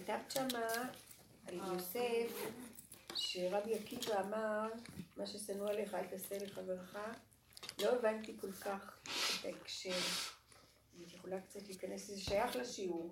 כתבת שמה על יוסף, שרבי עקיבא אמר, מה ששנוא עליך אל תעשה לחברך, לא הבנתי כל כך את ההקשר. אני יכולה קצת להיכנס, זה שייך לשיעור.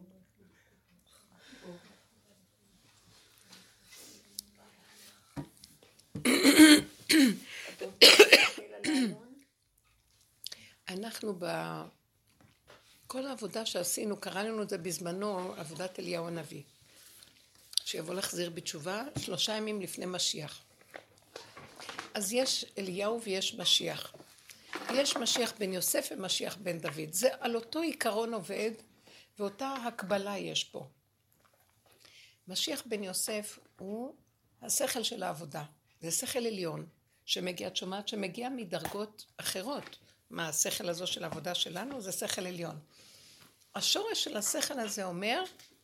אנחנו כל העבודה שעשינו, קראנו את זה בזמנו, עבודת אליהו הנביא, שיבוא להחזיר בתשובה 3 ימים לפני משיח. אז יש אליהו ויש משיח. יש משיח בן יוסף ומשיח בן דוד. זה על אותו עיקרון עובד, ואותה הקבלה יש פה. משיח בן יוסף הוא השכל של העבודה. זה שכל עליון, שמגיע, את שומעת, שמגיע מדרגות אחרות. מה השכל הזו של העבודה שלנו? זה שכל עליון. השורש של השכל הזה אומר,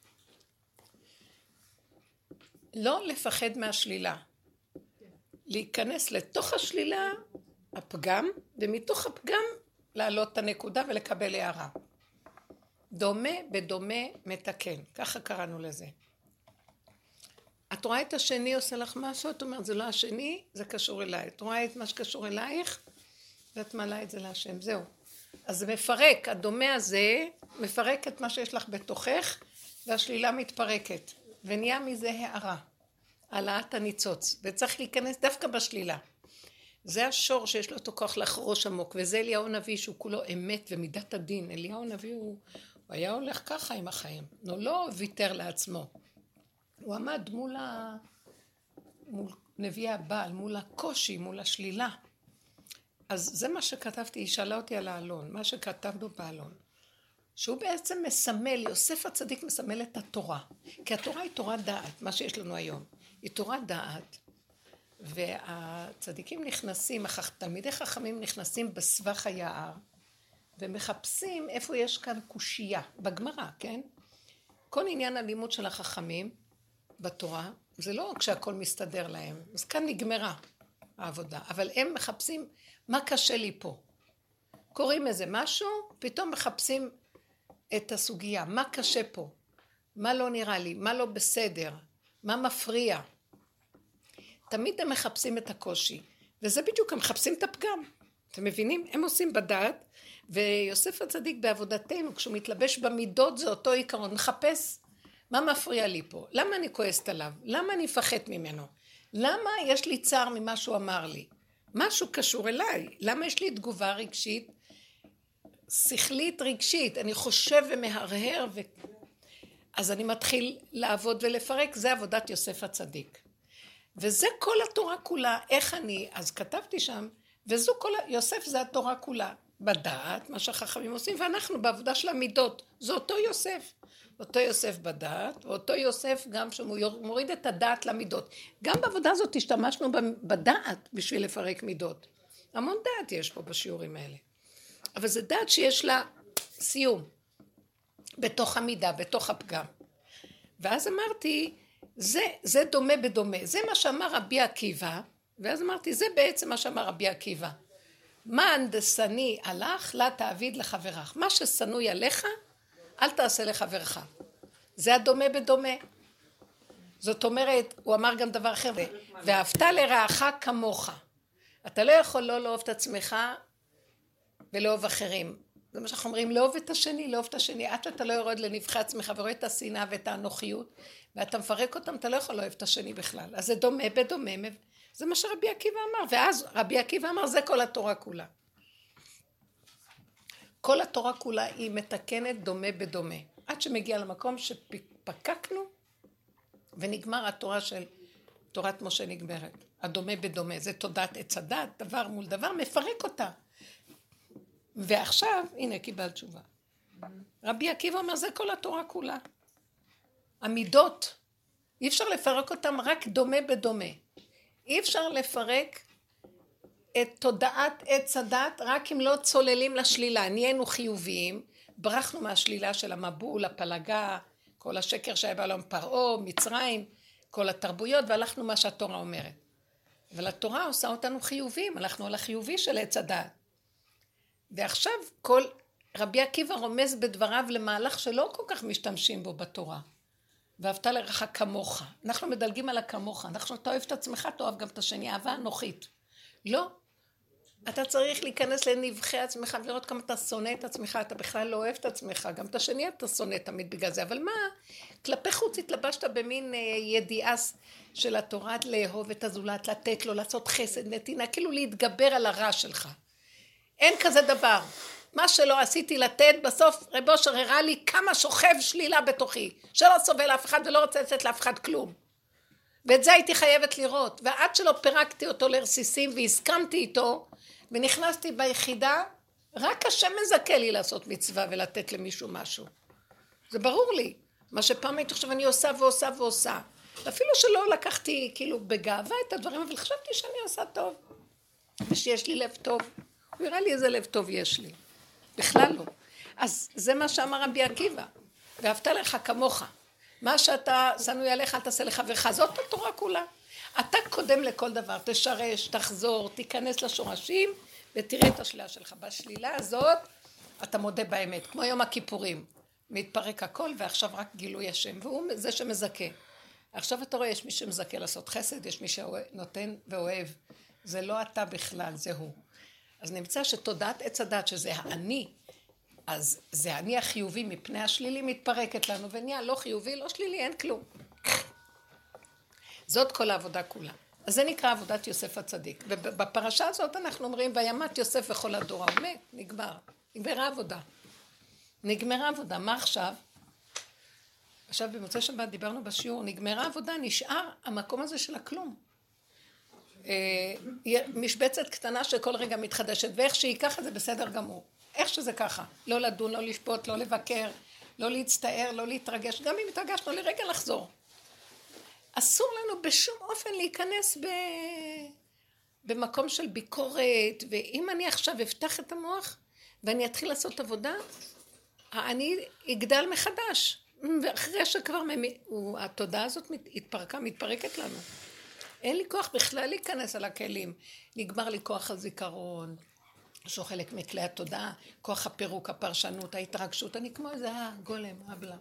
לא לפחד מהשלילה. להיכנס לתוך השלילה, הפגם, ומתוך הפגם לעלות את הנקודה ולקבל הערה. דומה בדומה מתקן, ככה קראנו לזה. את רואה את השני עושה לך משהו, את אומרת, זה לא השני, זה קשור אליי. את רואה את מה שקשור אלייך, ואת מעלה את זה להשם, זהו. אז זה מפרק, הדומה הזה מפרק את מה שיש לך בתוכך, והשלילה מתפרקת, ונהיה מזה הערה, העלאת הניצוץ, וצריך להיכנס דווקא בשלילה. זה השור שיש לו אותו כוח לחרוש עמוק, וזה אליהו הנביא שהוא כולו אמת ומידת הדין. אליהו הנביא הוא היה הולך ככה עם החיים, הוא לא ויתר לעצמו. הוא עמד מול נביא הבעל, מול הקושי, מול השלילה. אז זה מה שכתבתי, היא שאלה אותי על העלון, מה שכתבנו בעלון. שהוא בעצם מסמל, יוסף הצדיק מסמל את התורה. כי התורה היא תורת דעת, מה שיש לנו היום. היא תורת דעת. והצדיקים נכנסים, תלמידי חכמים נכנסים בסבך היער, ומחפשים איפה יש כאן קושייה, בגמרא, כן? כל עניין הלימוד של החכמים בתורה, זה לא כשהכל מסתדר להם, אז כאן נגמרה העבודה, אבל הם מחפשים מה קשה לי פה. קוראים איזה משהו, פתאום מחפשים את הסוגיה, מה קשה פה, מה לא נראה לי, מה לא בסדר, מה מפריע. תמיד הם מחפשים את הקושי, וזה בדיוק, הם מחפשים את הפגם. אתם מבינים? הם עושים בדעת, ויוסף הצדיק בעבודתנו, כשהוא מתלבש במידות, זה אותו עיקרון, מחפש מה מפריע לי פה, למה אני כועסת עליו, למה אני מפחד ממנו, למה יש לי צער ממה שהוא אמר לי, משהו קשור אליי, למה יש לי תגובה רגשית, שכלית רגשית, אני חושב ומהרהר, אז אני מתחיל לעבוד ולפרק, זה עבודת יוסף הצדיק. וזה כל התורה כולה, איך אני, אז כתבתי שם, וזו כל, יוסף זה התורה כולה, בדעת, מה שהחכמים עושים, ואנחנו בעבודה של המידות, זה אותו יוסף. אותו יוסף בדעת, ואותו יוסף גם שהוא מוריד את הדעת למידות. גם בעבודה הזאת השתמשנו בדעת בשביל לפרק מידות. המון דעת יש פה בשיעורים האלה. אבל זה דעת שיש לה סיום, בתוך המידה, בתוך הפגם. ואז אמרתי, זה דומה בדומה, זה מה שאמר רבי עקיבא, ואז אמרתי, זה בעצם מה שאמר רבי עקיבא. מה הנדסני הלך, לה תעביד לחברך. מה ששנוי עליך, אל תעשה לחברך. זה הדומה בדומה. זאת אומרת, הוא אמר גם דבר אחר, ואהבת לרעך כמוך. אתה לא יכול לא לאהוב את עצמך ולאהוב אחרים. זה מה שאנחנו אומרים, לאהוב את השני, לאהוב את השני. עד שאתה לא יורד לנבחי עצמך ורואה את השנאה ואת האנוכיות, ואתה מפרק אותם, אתה לא יכול לאהוב את השני בכלל. אז זה דומה בדומה. זה מה שרבי עקיבא אמר. ואז רבי עקיבא אמר, זה כל התורה כולה. כל התורה כולה היא מתקנת דומה בדומה. עד שמגיע למקום שפקקנו, ונגמר התורה של תורת משה נגמרת. הדומה בדומה. זה תודעת עץ הדת, דבר מול דבר, מפרק אותה. ועכשיו, הנה, קיבל תשובה. רבי עקיבא אומר, זה כל התורה כולה. המידות, אי אפשר לפרק אותם רק דומה בדומה. אי אפשר לפרק את תודעת עץ הדת רק אם לא צוללים לשלילה. נהיינו חיוביים, ברחנו מהשלילה של המבול, הפלגה, כל השקר שהיה בעולם פרעה, מצרים, כל התרבויות, והלכנו מה שהתורה אומרת. אבל התורה עושה אותנו חיוביים, הלכנו על החיובי של עץ הדת. ועכשיו כל רבי עקיבא רומז בדבריו למהלך שלא כל כך משתמשים בו בתורה. ואהבת לרעך כמוך. אנחנו מדלגים על הכמוך. אתה אוהב את עצמך, תאהב גם את השני. אהבה אנוכית. לא. אתה צריך להיכנס לנבחי עצמך ולראות כמה אתה שונא את עצמך, אתה בכלל לא אוהב את עצמך, גם את השני אתה שונא תמיד בגלל זה, אבל מה? כלפי חוץ התלבשת במין ידיעה של התורה לאהוב את הזולת, לתת לו, לעשות חסד, נתינה, כאילו להתגבר על הרע שלך. אין כזה דבר. מה שלא עשיתי לתת, בסוף רב אושר הראה לי כמה שוכב שלילה בתוכי, שלא סובל לאף אחד ולא רוצה לתת לאף אחד כלום. ואת זה הייתי חייבת לראות, ועד שלא פירקתי אותו לרסיסים והסכמתי איתו, ונכנסתי ביחידה, רק השם מזכה לי לעשות מצווה ולתת למישהו משהו. זה ברור לי. מה שפעם הייתי חושב אני עושה ועושה ועושה. אפילו שלא לקחתי כאילו בגאווה את הדברים, אבל חשבתי שאני עושה טוב. ושיש לי לב טוב. הוא הראה לי איזה לב טוב יש לי. בכלל לא. אז זה מה שאמר רבי עקיבא. ואהבת לך כמוך. מה שאתה שנוא עליך אל תעשה לחברך. זאת התורה כולה. אתה קודם לכל דבר, תשרש, תחזור, תיכנס לשורשים ותראה את השלילה שלך. בשלילה הזאת אתה מודה באמת, כמו יום הכיפורים. מתפרק הכל ועכשיו רק גילוי השם, והוא זה שמזכה. עכשיו אתה רואה, יש מי שמזכה לעשות חסד, יש מי שנותן ואוהב. זה לא אתה בכלל, זה הוא. אז נמצא שתודעת עץ הדת, שזה האני, אז זה האני החיובי מפני השלילי מתפרקת לנו, ונהיה לא חיובי, לא שלילי, אין כלום. זאת כל העבודה כולה. אז זה נקרא עבודת יוסף הצדיק. ובפרשה הזאת אנחנו אומרים, וימת יוסף וכל הדור, הוא מת, נגמר. נגמרה עבודה. נגמרה עבודה. מה עכשיו? עכשיו במוצאי שבת דיברנו בשיעור, נגמרה עבודה, נשאר המקום הזה של הכלום. משבצת קטנה שכל רגע מתחדשת, ואיך שהיא ככה זה בסדר גמור. איך שזה ככה. לא לדון, לא לשפוט, לא לבקר, לא להצטער, לא להתרגש. גם אם התרגשנו לרגע לחזור. אסור לנו בשום אופן להיכנס במקום של ביקורת, ואם אני עכשיו אפתח את המוח ואני אתחיל לעשות עבודה, אני אגדל מחדש, ואחרי שכבר התודעה הזאת מתפרקת לנו. אין לי כוח בכלל להיכנס על הכלים, נגמר לי כוח הזיכרון, שהוא חלק מכלי התודעה, כוח הפירוק, הפרשנות, ההתרגשות, אני כמו איזה גולם, הבלה,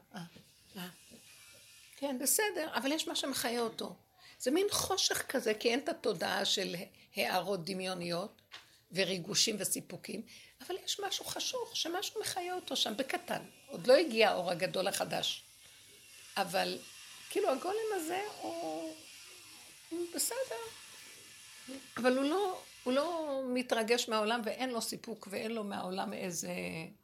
כן, בסדר, אבל יש מה שמחיה אותו. זה מין חושך כזה, כי אין את התודעה של הערות דמיוניות וריגושים וסיפוקים, אבל יש משהו חשוך, שמשהו מחיה אותו שם בקטן. עוד לא הגיע האור הגדול החדש. אבל כאילו הגולם הזה הוא בסדר. אבל הוא לא מתרגש מהעולם ואין לו סיפוק ואין לו מהעולם איזה...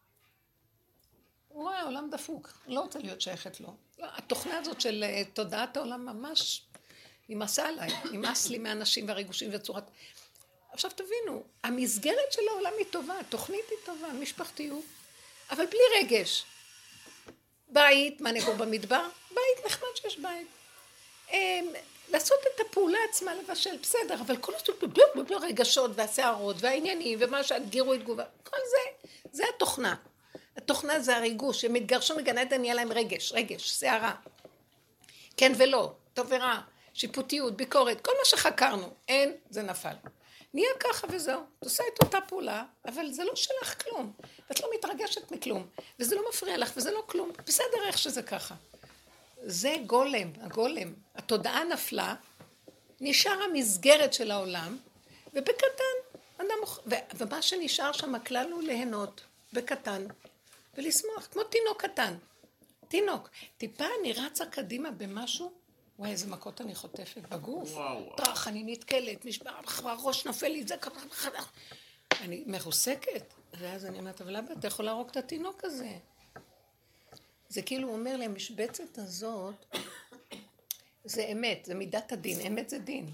הוא רואה, העולם דפוק, לא רוצה להיות שייכת לו. התוכנה הזאת של תודעת העולם ממש נמאסה עליי, נמאס לי מהאנשים והריגושים וצורת... עכשיו תבינו, המסגרת של העולם היא טובה, התוכנית היא טובה, משפחתיות, אבל בלי רגש. בית, מה נגור במדבר? בית נחמד שיש בית. לעשות את הפעולה עצמה לבשל, בסדר, אבל כל הרגשות והשערות והעניינים ומה שהגירוי תגובה, כל זה התוכנה. התוכנה זה הריגוש, הם התגרשו מגן עדן, נהיה להם רגש, שערה. כן ולא, טוב ורע, שיפוטיות, ביקורת, כל מה שחקרנו, אין, זה נפל. נהיה ככה וזהו, את עושה את אותה פעולה, אבל זה לא שלך כלום, ואת לא מתרגשת מכלום, וזה לא מפריע לך, וזה לא כלום, בסדר איך שזה ככה. זה גולם, הגולם, התודעה נפלה, נשאר המסגרת של העולם, ובקטן, ומה שנשאר שם הכלל הוא ליהנות, בקטן, ולשמוח, כמו תינוק קטן. תינוק. טיפה אני רצה קדימה במשהו, וואי, איזה מכות אני חוטפת בגוף. טרח, אני נתקלת, ראש נופל לי, זה ככה, אני מרוסקת. ואז אני אומרת, אבל אבא, אתה יכול להרוג את התינוק הזה. זה כאילו אומר לי, המשבצת הזאת, זה אמת, זה מידת הדין, אמת זה דין.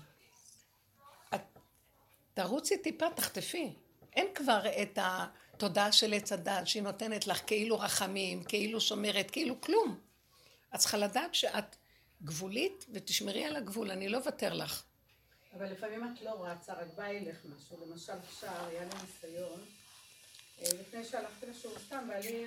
תרוצי טיפה, תחטפי. אין כבר את התודעה של עץ הדת, שהיא נותנת לך כאילו רחמים, כאילו שומרת, כאילו כלום. את צריכה לדעת שאת גבולית ותשמרי על הגבול, אני לא אוותר לך. אבל לפעמים את לא רצה, רק בא אליך משהו. למשל, עכשיו, היה לי ניסיון, לפני שהלכתי לשיעור סתם,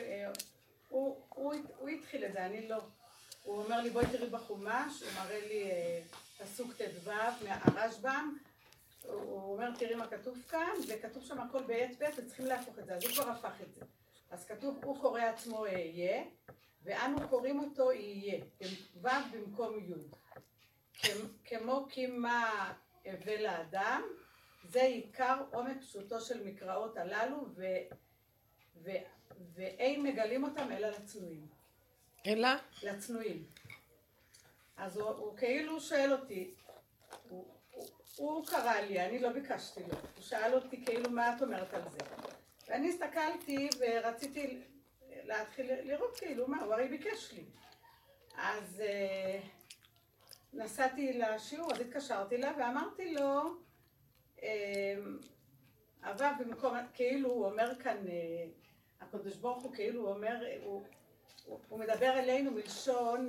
הוא התחיל את זה, אני לא. הוא אומר לי, בואי תראי בחומש, הוא מראה לי פסוק ט"ו מהרשב"ם, הוא אומר, תראי מה כתוב כאן, וכתוב שם הכל בית בית, וצריכים להפוך את זה, אז הוא כבר הפך את זה. אז כתוב, הוא קורא עצמו יהיה, ואנו קוראים אותו יהיה. ו' ו' במקום י'. כמו קימה הווה לאדם, זה עיקר עומק פשוטו של מקראות הללו, ואין מגלים אותם אלא לצנועים. אלא? לצנועים. אז הוא כאילו שואל אותי, הוא קרא לי, אני לא ביקשתי לו, הוא שאל אותי כאילו מה את אומרת על זה. ואני הסתכלתי ורציתי להתחיל לראות כאילו מה, הוא הרי ביקש לי. אז נסעתי לשיעור, אז התקשרתי לה ואמרתי לו, אבל במקום, כאילו הוא אומר כאן, הקדוש ברוך הוא כאילו הוא אומר, הוא מדבר אלינו מלשון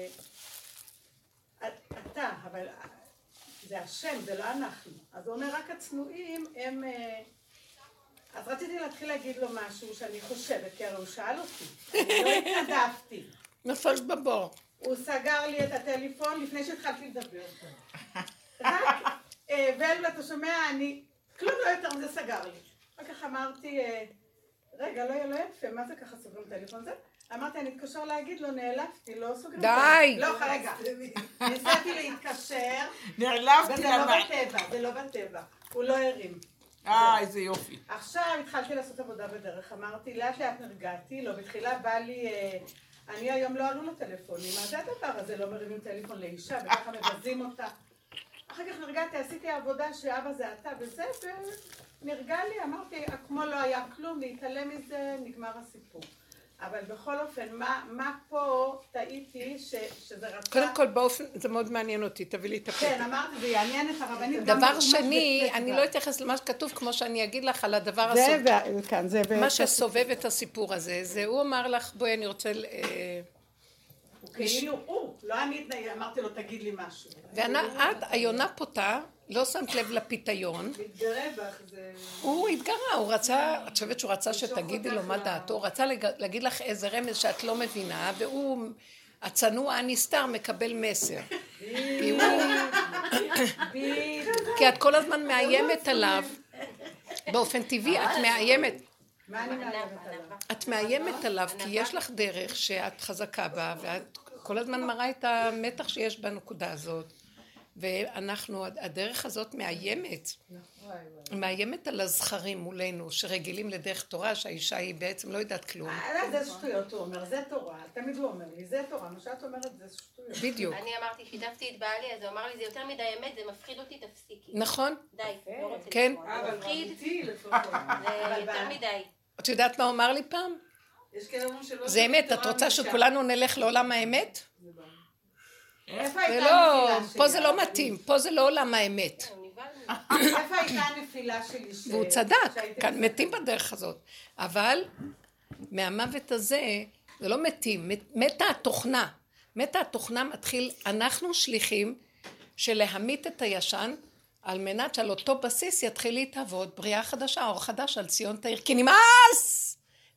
אתה, אבל זה השם, זה לא אנחנו. אז הוא אומר, רק הצנועים הם... אז רציתי להתחיל להגיד לו משהו שאני חושבת, כי הרי הוא שאל אותי. אני לא התנדבתי. נפש בבור. הוא סגר לי את הטלפון לפני שהתחלתי לדבר. רק, ואתה שומע, אני... כלום לא יותר מזה סגר לי. אחר כך אמרתי, רגע, לא יפה, מה זה ככה סוגרים טלפון זה? אמרתי, אני אתקשר להגיד לו, נעלבתי, לא סוגרים טלפון. די! לא, רגע. ניסיתי להתקשר. נעלבתי וזה לא בטבע, זה לא בטבע. הוא לא הרים. איזה יופי. עכשיו התחלתי לעשות עבודה בדרך, אמרתי, לאט לאט נרגעתי, לא, בתחילה בא לי, אני היום לא עלו לטלפונים, מה זה הדבר הזה, לא מרימים טלפון לאישה, וככה מבזים אותה. אחר כך נרגעתי, עשיתי עבודה שאבא זה אתה וזה, ונרגע לי, אמרתי, כמו לא היה כלום, להתעלם מזה, נגמר הסיפור. אבל בכל אופן, מה פה טעיתי שזה רצה... קודם כל באופן, זה מאוד מעניין אותי, תביא לי את הפתק. כן, אמרתי, זה יעניין את הרבנית. דבר שני, אני לא אתייחס למה שכתוב, כמו שאני אגיד לך על הדבר הסובב. מה שסובב את הסיפור הזה, זה הוא אמר לך, בואי אני רוצה... כאילו הוא, לא אני אמרתי לו תגיד לי משהו. ואת, היונה פותה, לא שמת לב לפיתיון. מתגרה בך זה... הוא התגרה, הוא רצה, את חושבת שהוא רצה שתגידי לו מה דעתו, הוא רצה להגיד לך איזה רמז שאת לא מבינה, והוא, הצנוע הנסתר, מקבל מסר. כי את כל הזמן מאיימת עליו, באופן טבעי, את מאיימת. מה אני מאיימת עליו? את מאיימת עליו, כי יש לך דרך שאת חזקה בה, ואת כל הזמן מראה את המתח שיש בנקודה הזאת. ואנחנו, הדרך הזאת מאיימת על הזכרים מולנו, שרגילים לדרך תורה, שהאישה היא בעצם לא יודעת כלום. זה שטויות, הוא אומר, זה תורה, תמיד הוא אומר לי, זה תורה, מה שאת אומרת זה שטויות. בדיוק. אני אמרתי, שיתפתי את בעלי, אז הוא אמר לי, זה יותר מדי אמת, זה מפחיד אותי, תפסיקי. נכון? די, לא רוצה כן. לשמוע. זה מפחיד, לפחות. זה יותר מדי. את יודעת מה הוא אמר לי פעם? זה אמת, את רוצה שכולנו נלך לעולם האמת? איפה הייתה ולא, הנפילה שלי? פה זה לא מתאים, פה זה לא עולם האמת. איפה הייתה הנפילה שלי? והוא צדק, כאן מתים בדרך הזאת. אבל מהמוות הזה, זה לא מתים, מתה התוכנה. מתה התוכנה מתחיל, אנחנו שליחים של להמית את הישן, על מנת שעל אותו בסיס יתחיל להתעבוד בריאה חדשה, אור חדש על ציון תאיר. כי נמאס!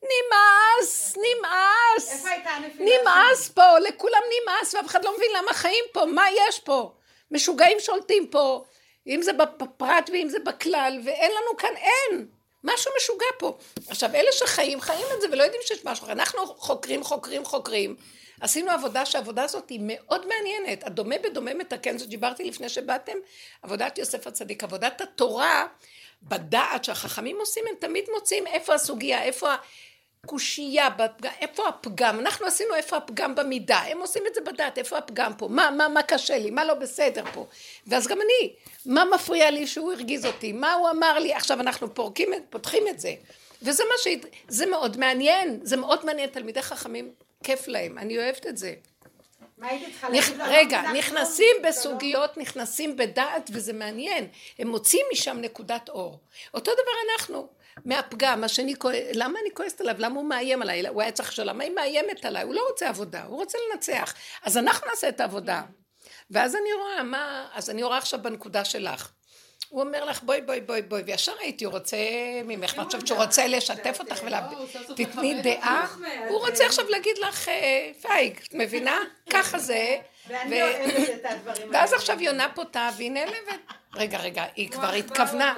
נמאס! נמאס! איפה הייתה הנפילה? נמאס פה, לכולם נמאס, ואף אחד לא מבין למה חיים פה, מה יש פה? משוגעים שולטים פה, אם זה בפרט ואם זה בכלל, ואין לנו כאן, אין! משהו משוגע פה. עכשיו, אלה שחיים, חיים את זה ולא יודעים שיש משהו. אנחנו חוקרים. עשינו עבודה שהעבודה הזאת היא מאוד מעניינת. הדומה בדומה מתקן, זאת דיברתי לפני שבאתם, עבודת יוסף הצדיק, עבודת התורה, בדעת שהחכמים עושים, הם תמיד מוצאים איפה הסוגיה, איפה הקושייה, איפה הפגם. אנחנו עשינו איפה הפגם במידה, הם עושים את זה בדעת, איפה הפגם פה, מה קשה לי, מה לא בסדר פה. ואז גם אני, מה מפריע לי שהוא הרגיז אותי, מה הוא אמר לי, עכשיו אנחנו פותחים את זה. וזה זה מאוד מעניין, זה מאוד מעניין, תלמידי חכמים, כיף להם, אני אוהבת את זה. מה הייתי צריכה להגיד לו? רגע, נכנסים בסוגיות, נכנסים בדעת, וזה מעניין. הם מוצאים משם נקודת אור. אותו דבר אנחנו, מהפגם, למה אני כועסת עליו? למה הוא מאיים עליי? הוא היה צריך לשאול, למה היא מאיימת עליי? הוא לא רוצה עבודה, הוא רוצה לנצח. אז אנחנו נעשה את העבודה. ואז אני רואה עכשיו בנקודה שלך. הוא אומר לך בואי, וישר הייתי רוצה ממך, אני חושבת שהוא רוצה לשתף אותך תתני דעה, הוא רוצה עכשיו להגיד לך פייג, את מבינה? ככה זה. ואני אוהבת את הדברים האלה. ואז עכשיו יונה פותה והיא נעלבת. רגע, היא כבר התכוונה.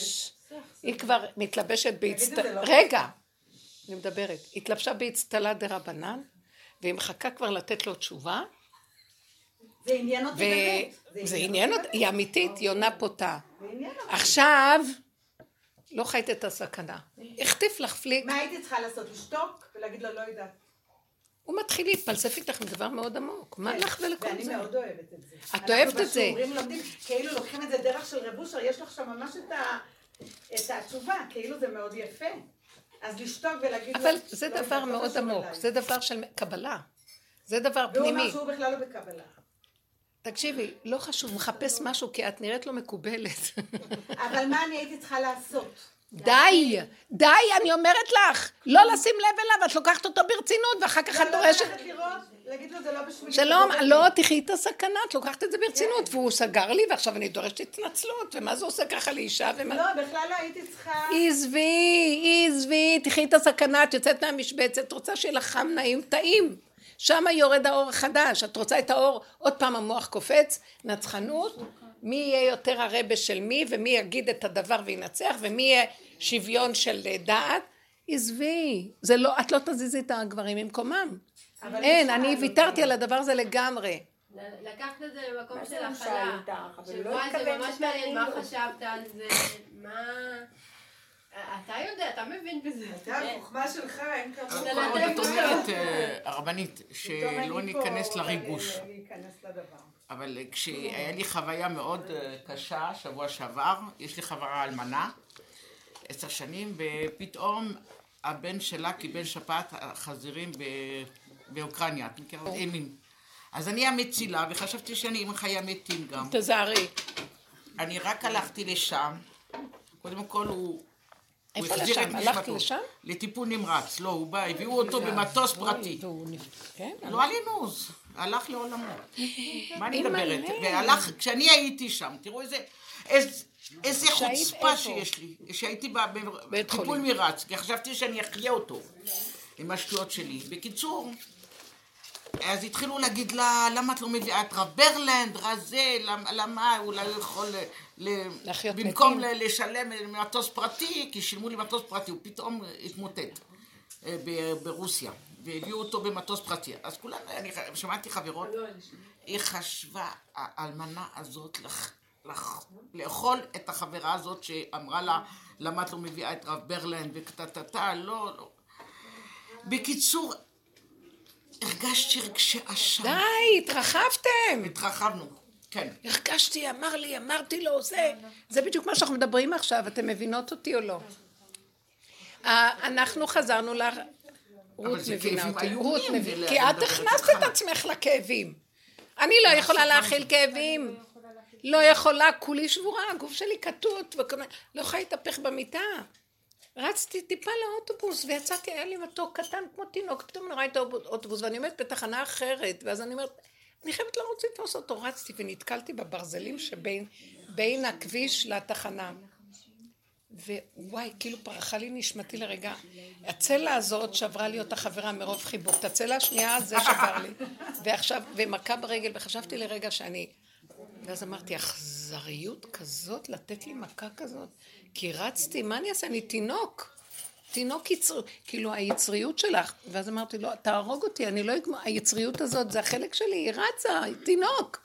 היא כבר מתלבשת רגע, אני מדברת. התלבשה באצטלה דרבנן, והיא מחכה כבר לתת לו תשובה, זה עניין אותי באמת. זה עניין אותי, היא אמיתית, היא עונה פותה. זה עניין אותי. עכשיו, לא חיית את הסכנה. החטיף לך פליק. מה הייתי צריכה לעשות? לשתוק ולהגיד לו לא יודעת. הוא מתחיל להתפלסף איתך מדבר מאוד עמוק. מה לך ולכל זה? ואני מאוד אוהבת את זה. את אוהבת את זה. אנחנו בשיעורים לומדים, כאילו לוקחים את זה דרך של רב אושר, יש לך שם ממש את התשובה, כאילו זה מאוד יפה. אז לשתוק ולהגיד לו... אבל זה דבר מאוד עמוק, זה דבר של קבלה. זה דבר והוא פנימי. אומר שהוא בכלל לא בקבלה. תקשיבי, לא חשוב, מחפש משהו כי את נראית לא מקובלת. אבל מה אני הייתי צריכה לעשות? די, אני אומרת לך, לא לשים לב אליו, את לוקחת אותו ברצינות, ואחר כך את דורשת... לא ללכת לראות, להגיד לו זה לא בשבילי. שלום, לא, תחי את הסכנה, את לוקחת את זה ברצינות, והוא סגר לי, ועכשיו אני דורשת התנצלות, ומה זה עושה ככה לאישה? לא, בכלל לא הייתי צריכה... עזבי, תחי את הסכנה, את יוצאת מהמשבצת, את רוצה שיהיה לך חם נעים, טעים. שם יורד האור החדש, את רוצה את האור, עוד פעם המוח קופץ, נצחנות, מי יהיה יותר הרבה של מי, ומי יגיד את הדבר וינצח, ומי יהיה שוויון של דעת, עזבי, את לא תזיזי את הגברים ממקומם. אין, אני ויתרתי על הדבר הזה לגמרי. לקחת את זה למקום של מה זה הכלה. הוא שאל אותך? אבל לא שבוע זה התכוון ממש שתעני מעניין מה לו. חשבת על זה, מה... אתה יודע, אתה מבין בזה. אתה החוכמה שלך, אין כמוך. זה עוד לתת את אומרת, הרבנית, שלא ניכנס לריגוש. להיכנס לדבר. אבל כשהיה לי חוויה מאוד קשה, שבוע שעבר, יש לי חברה אלמנה, 10 שנים, ופתאום הבן שלה קיבל שפעת חזירים באוקראינה, את מכירה? אימים. אז אני המצילה, וחשבתי שאני עם חיי מתים גם. תזהרי. אני רק הלכתי לשם, קודם כל הוא איפה החזיר את לשם? הלכת נשמתו. לשם? לטיפול נמרץ, לא, הוא בא, הביאו אותו במטוס פרטי. כן, לא היה לי נוז, הלך לעולמו. מה אני אימא, מדברת? לב. והלך, כשאני הייתי שם, תראו איזה שהיית חוצפה איפה? שיש לי, שהייתי בית בטיפול חולים. מרץ, כי חשבתי שאני אחיה אותו עם השטויות שלי. בקיצור, אז התחילו להגיד לה, למה את לא מביאה את רב ברלנד, רזה, למה אולי הוא יכול, לחיות במקום מתים. לשלם מטוס פרטי, כי שילמו לי מטוס פרטי, הוא פתאום התמוטט ברוסיה, והביאו אותו במטוס פרטי. אז כולנו, אני שמעתי חברות, היא חשבה, האלמנה הזאת, לאכול את החברה הזאת שאמרה לה, למה את לא מביאה את רב ברלנד, וכתתתה, לא. בקיצור, הרגשתי רגשי אשם. די, התרחבתם. התרחבנו, כן. הרגשתי, אמרתי לו, זה בדיוק מה שאנחנו מדברים עכשיו, אתם מבינות אותי או לא? אנחנו חזרנו רות זה מבינה כאבים אותי, איומים, רות זה מבינה, כי את לדבר הכנסת איתך. את עצמך לכאבים. אני לא יכולה להכיל כאבים. לא יכולה, כולי שבורה, הגוף שלי קטוט, לא יכולה להתהפך במיטה. רצתי טיפה לאוטובוס ויצאתי, היה לי מתוק קטן כמו תינוק, פתאום אני רואה את האוטובוס ואני עומדת בתחנה אחרת, ואז אני אומרת, אני חייבת לרוץ לתפוס אותו, רצתי ונתקלתי בברזלים שבין הכביש לתחנה. ווואי, כאילו פרחה לי נשמתי לרגע. הצלע הזאת שברה לי אותה חברה מרוב חיבוק, את הצלע השנייה זה שבר לי. ועכשיו, ומכה ברגל, וחשבתי לרגע שאני... ואז אמרתי, אכזריות כזאת, לתת לי מכה כזאת, כי רצתי, מה אני אעשה? אני תינוק יצר, כאילו היצריות שלך, ואז אמרתי, לא, תהרוג אותי, אני לא אגמור, היצריות הזאת זה החלק שלי, היא רצה, היא תינוק.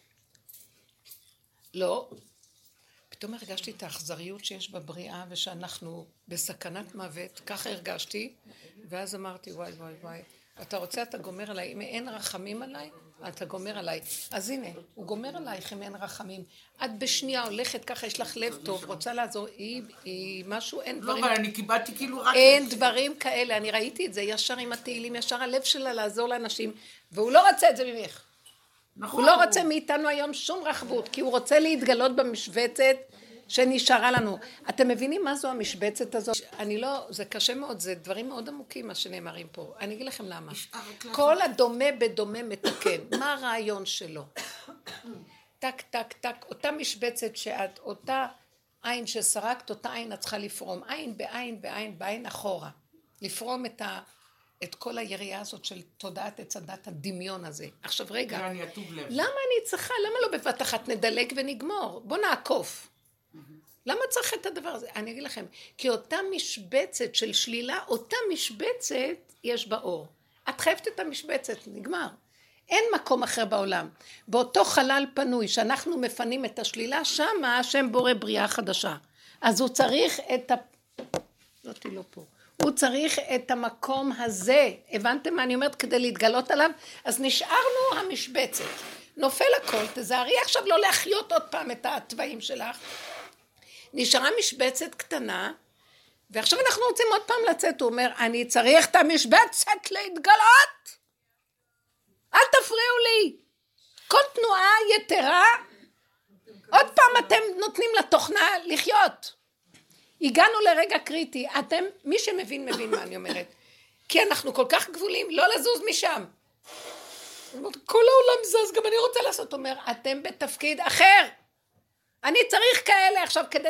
לא, פתאום הרגשתי את האכזריות שיש בבריאה, ושאנחנו בסכנת מוות, ככה הרגשתי, ואז אמרתי, וואי, אתה רוצה, אתה גומר עליי, אם אין רחמים עליי, אתה גומר עליי. אז הנה, הוא גומר עלייך אם אין רחמים. את בשנייה הולכת ככה, יש לך לב טוב, רוצה לעזור, היא משהו, אין דברים. לא, אבל אני קיבלתי כאילו רק... אין דברים כאלה, אני ראיתי את זה, ישר עם התהילים, ישר הלב שלה לעזור לאנשים, והוא לא רוצה את זה ממך. נכון. הוא לא רוצה מאיתנו היום שום רחבות, כי הוא רוצה להתגלות במשבצת שנשארה לנו. אתם מבינים מה זו המשבצת הזאת? אני לא, זה קשה מאוד, זה דברים מאוד עמוקים מה שנאמרים פה. אני אגיד לכם למה. כל הדומה בדומה מתקן. מה הרעיון שלו? טק, טק, טק, אותה משבצת שאת, אותה עין שסרקת, אותה עין את צריכה לפרום. עין בעין בעין בעין אחורה. לפרום את כל היריעה הזאת של תודעת הצדת הדמיון הזה. עכשיו רגע, אני אטוב לב. למה אני צריכה, למה לא בבת אחת נדלק ונגמור? בוא נעקוף. למה צריך את הדבר הזה? אני אגיד לכם, כי אותה משבצת של שלילה, אותה משבצת יש באור. את חייבת את המשבצת, נגמר. אין מקום אחר בעולם. באותו חלל פנוי שאנחנו מפנים את השלילה, שמה השם בורא בריאה חדשה. אז הוא צריך את זאתי לא פה. הוא צריך את המקום הזה. הבנתם מה אני אומרת? כדי להתגלות עליו. אז נשארנו המשבצת. נופל הכל. תזהרי עכשיו לא להחיות עוד פעם את הטבעים שלך. נשארה משבצת קטנה. ועכשיו אנחנו רוצים עוד פעם לצאת. הוא אומר, אני צריך את המשבצת להתגלות. אל תפריעו לי. כל תנועה יתרה. עוד פעם אתם נותנים לתוכנה לחיות. הגענו לרגע קריטי, אתם, מי שמבין, מבין מה אני אומרת. כי אנחנו כל כך גבולים, לא לזוז משם. כל העולם זז, גם אני רוצה לעשות, אומר, אתם בתפקיד אחר. אני צריך כאלה עכשיו כדי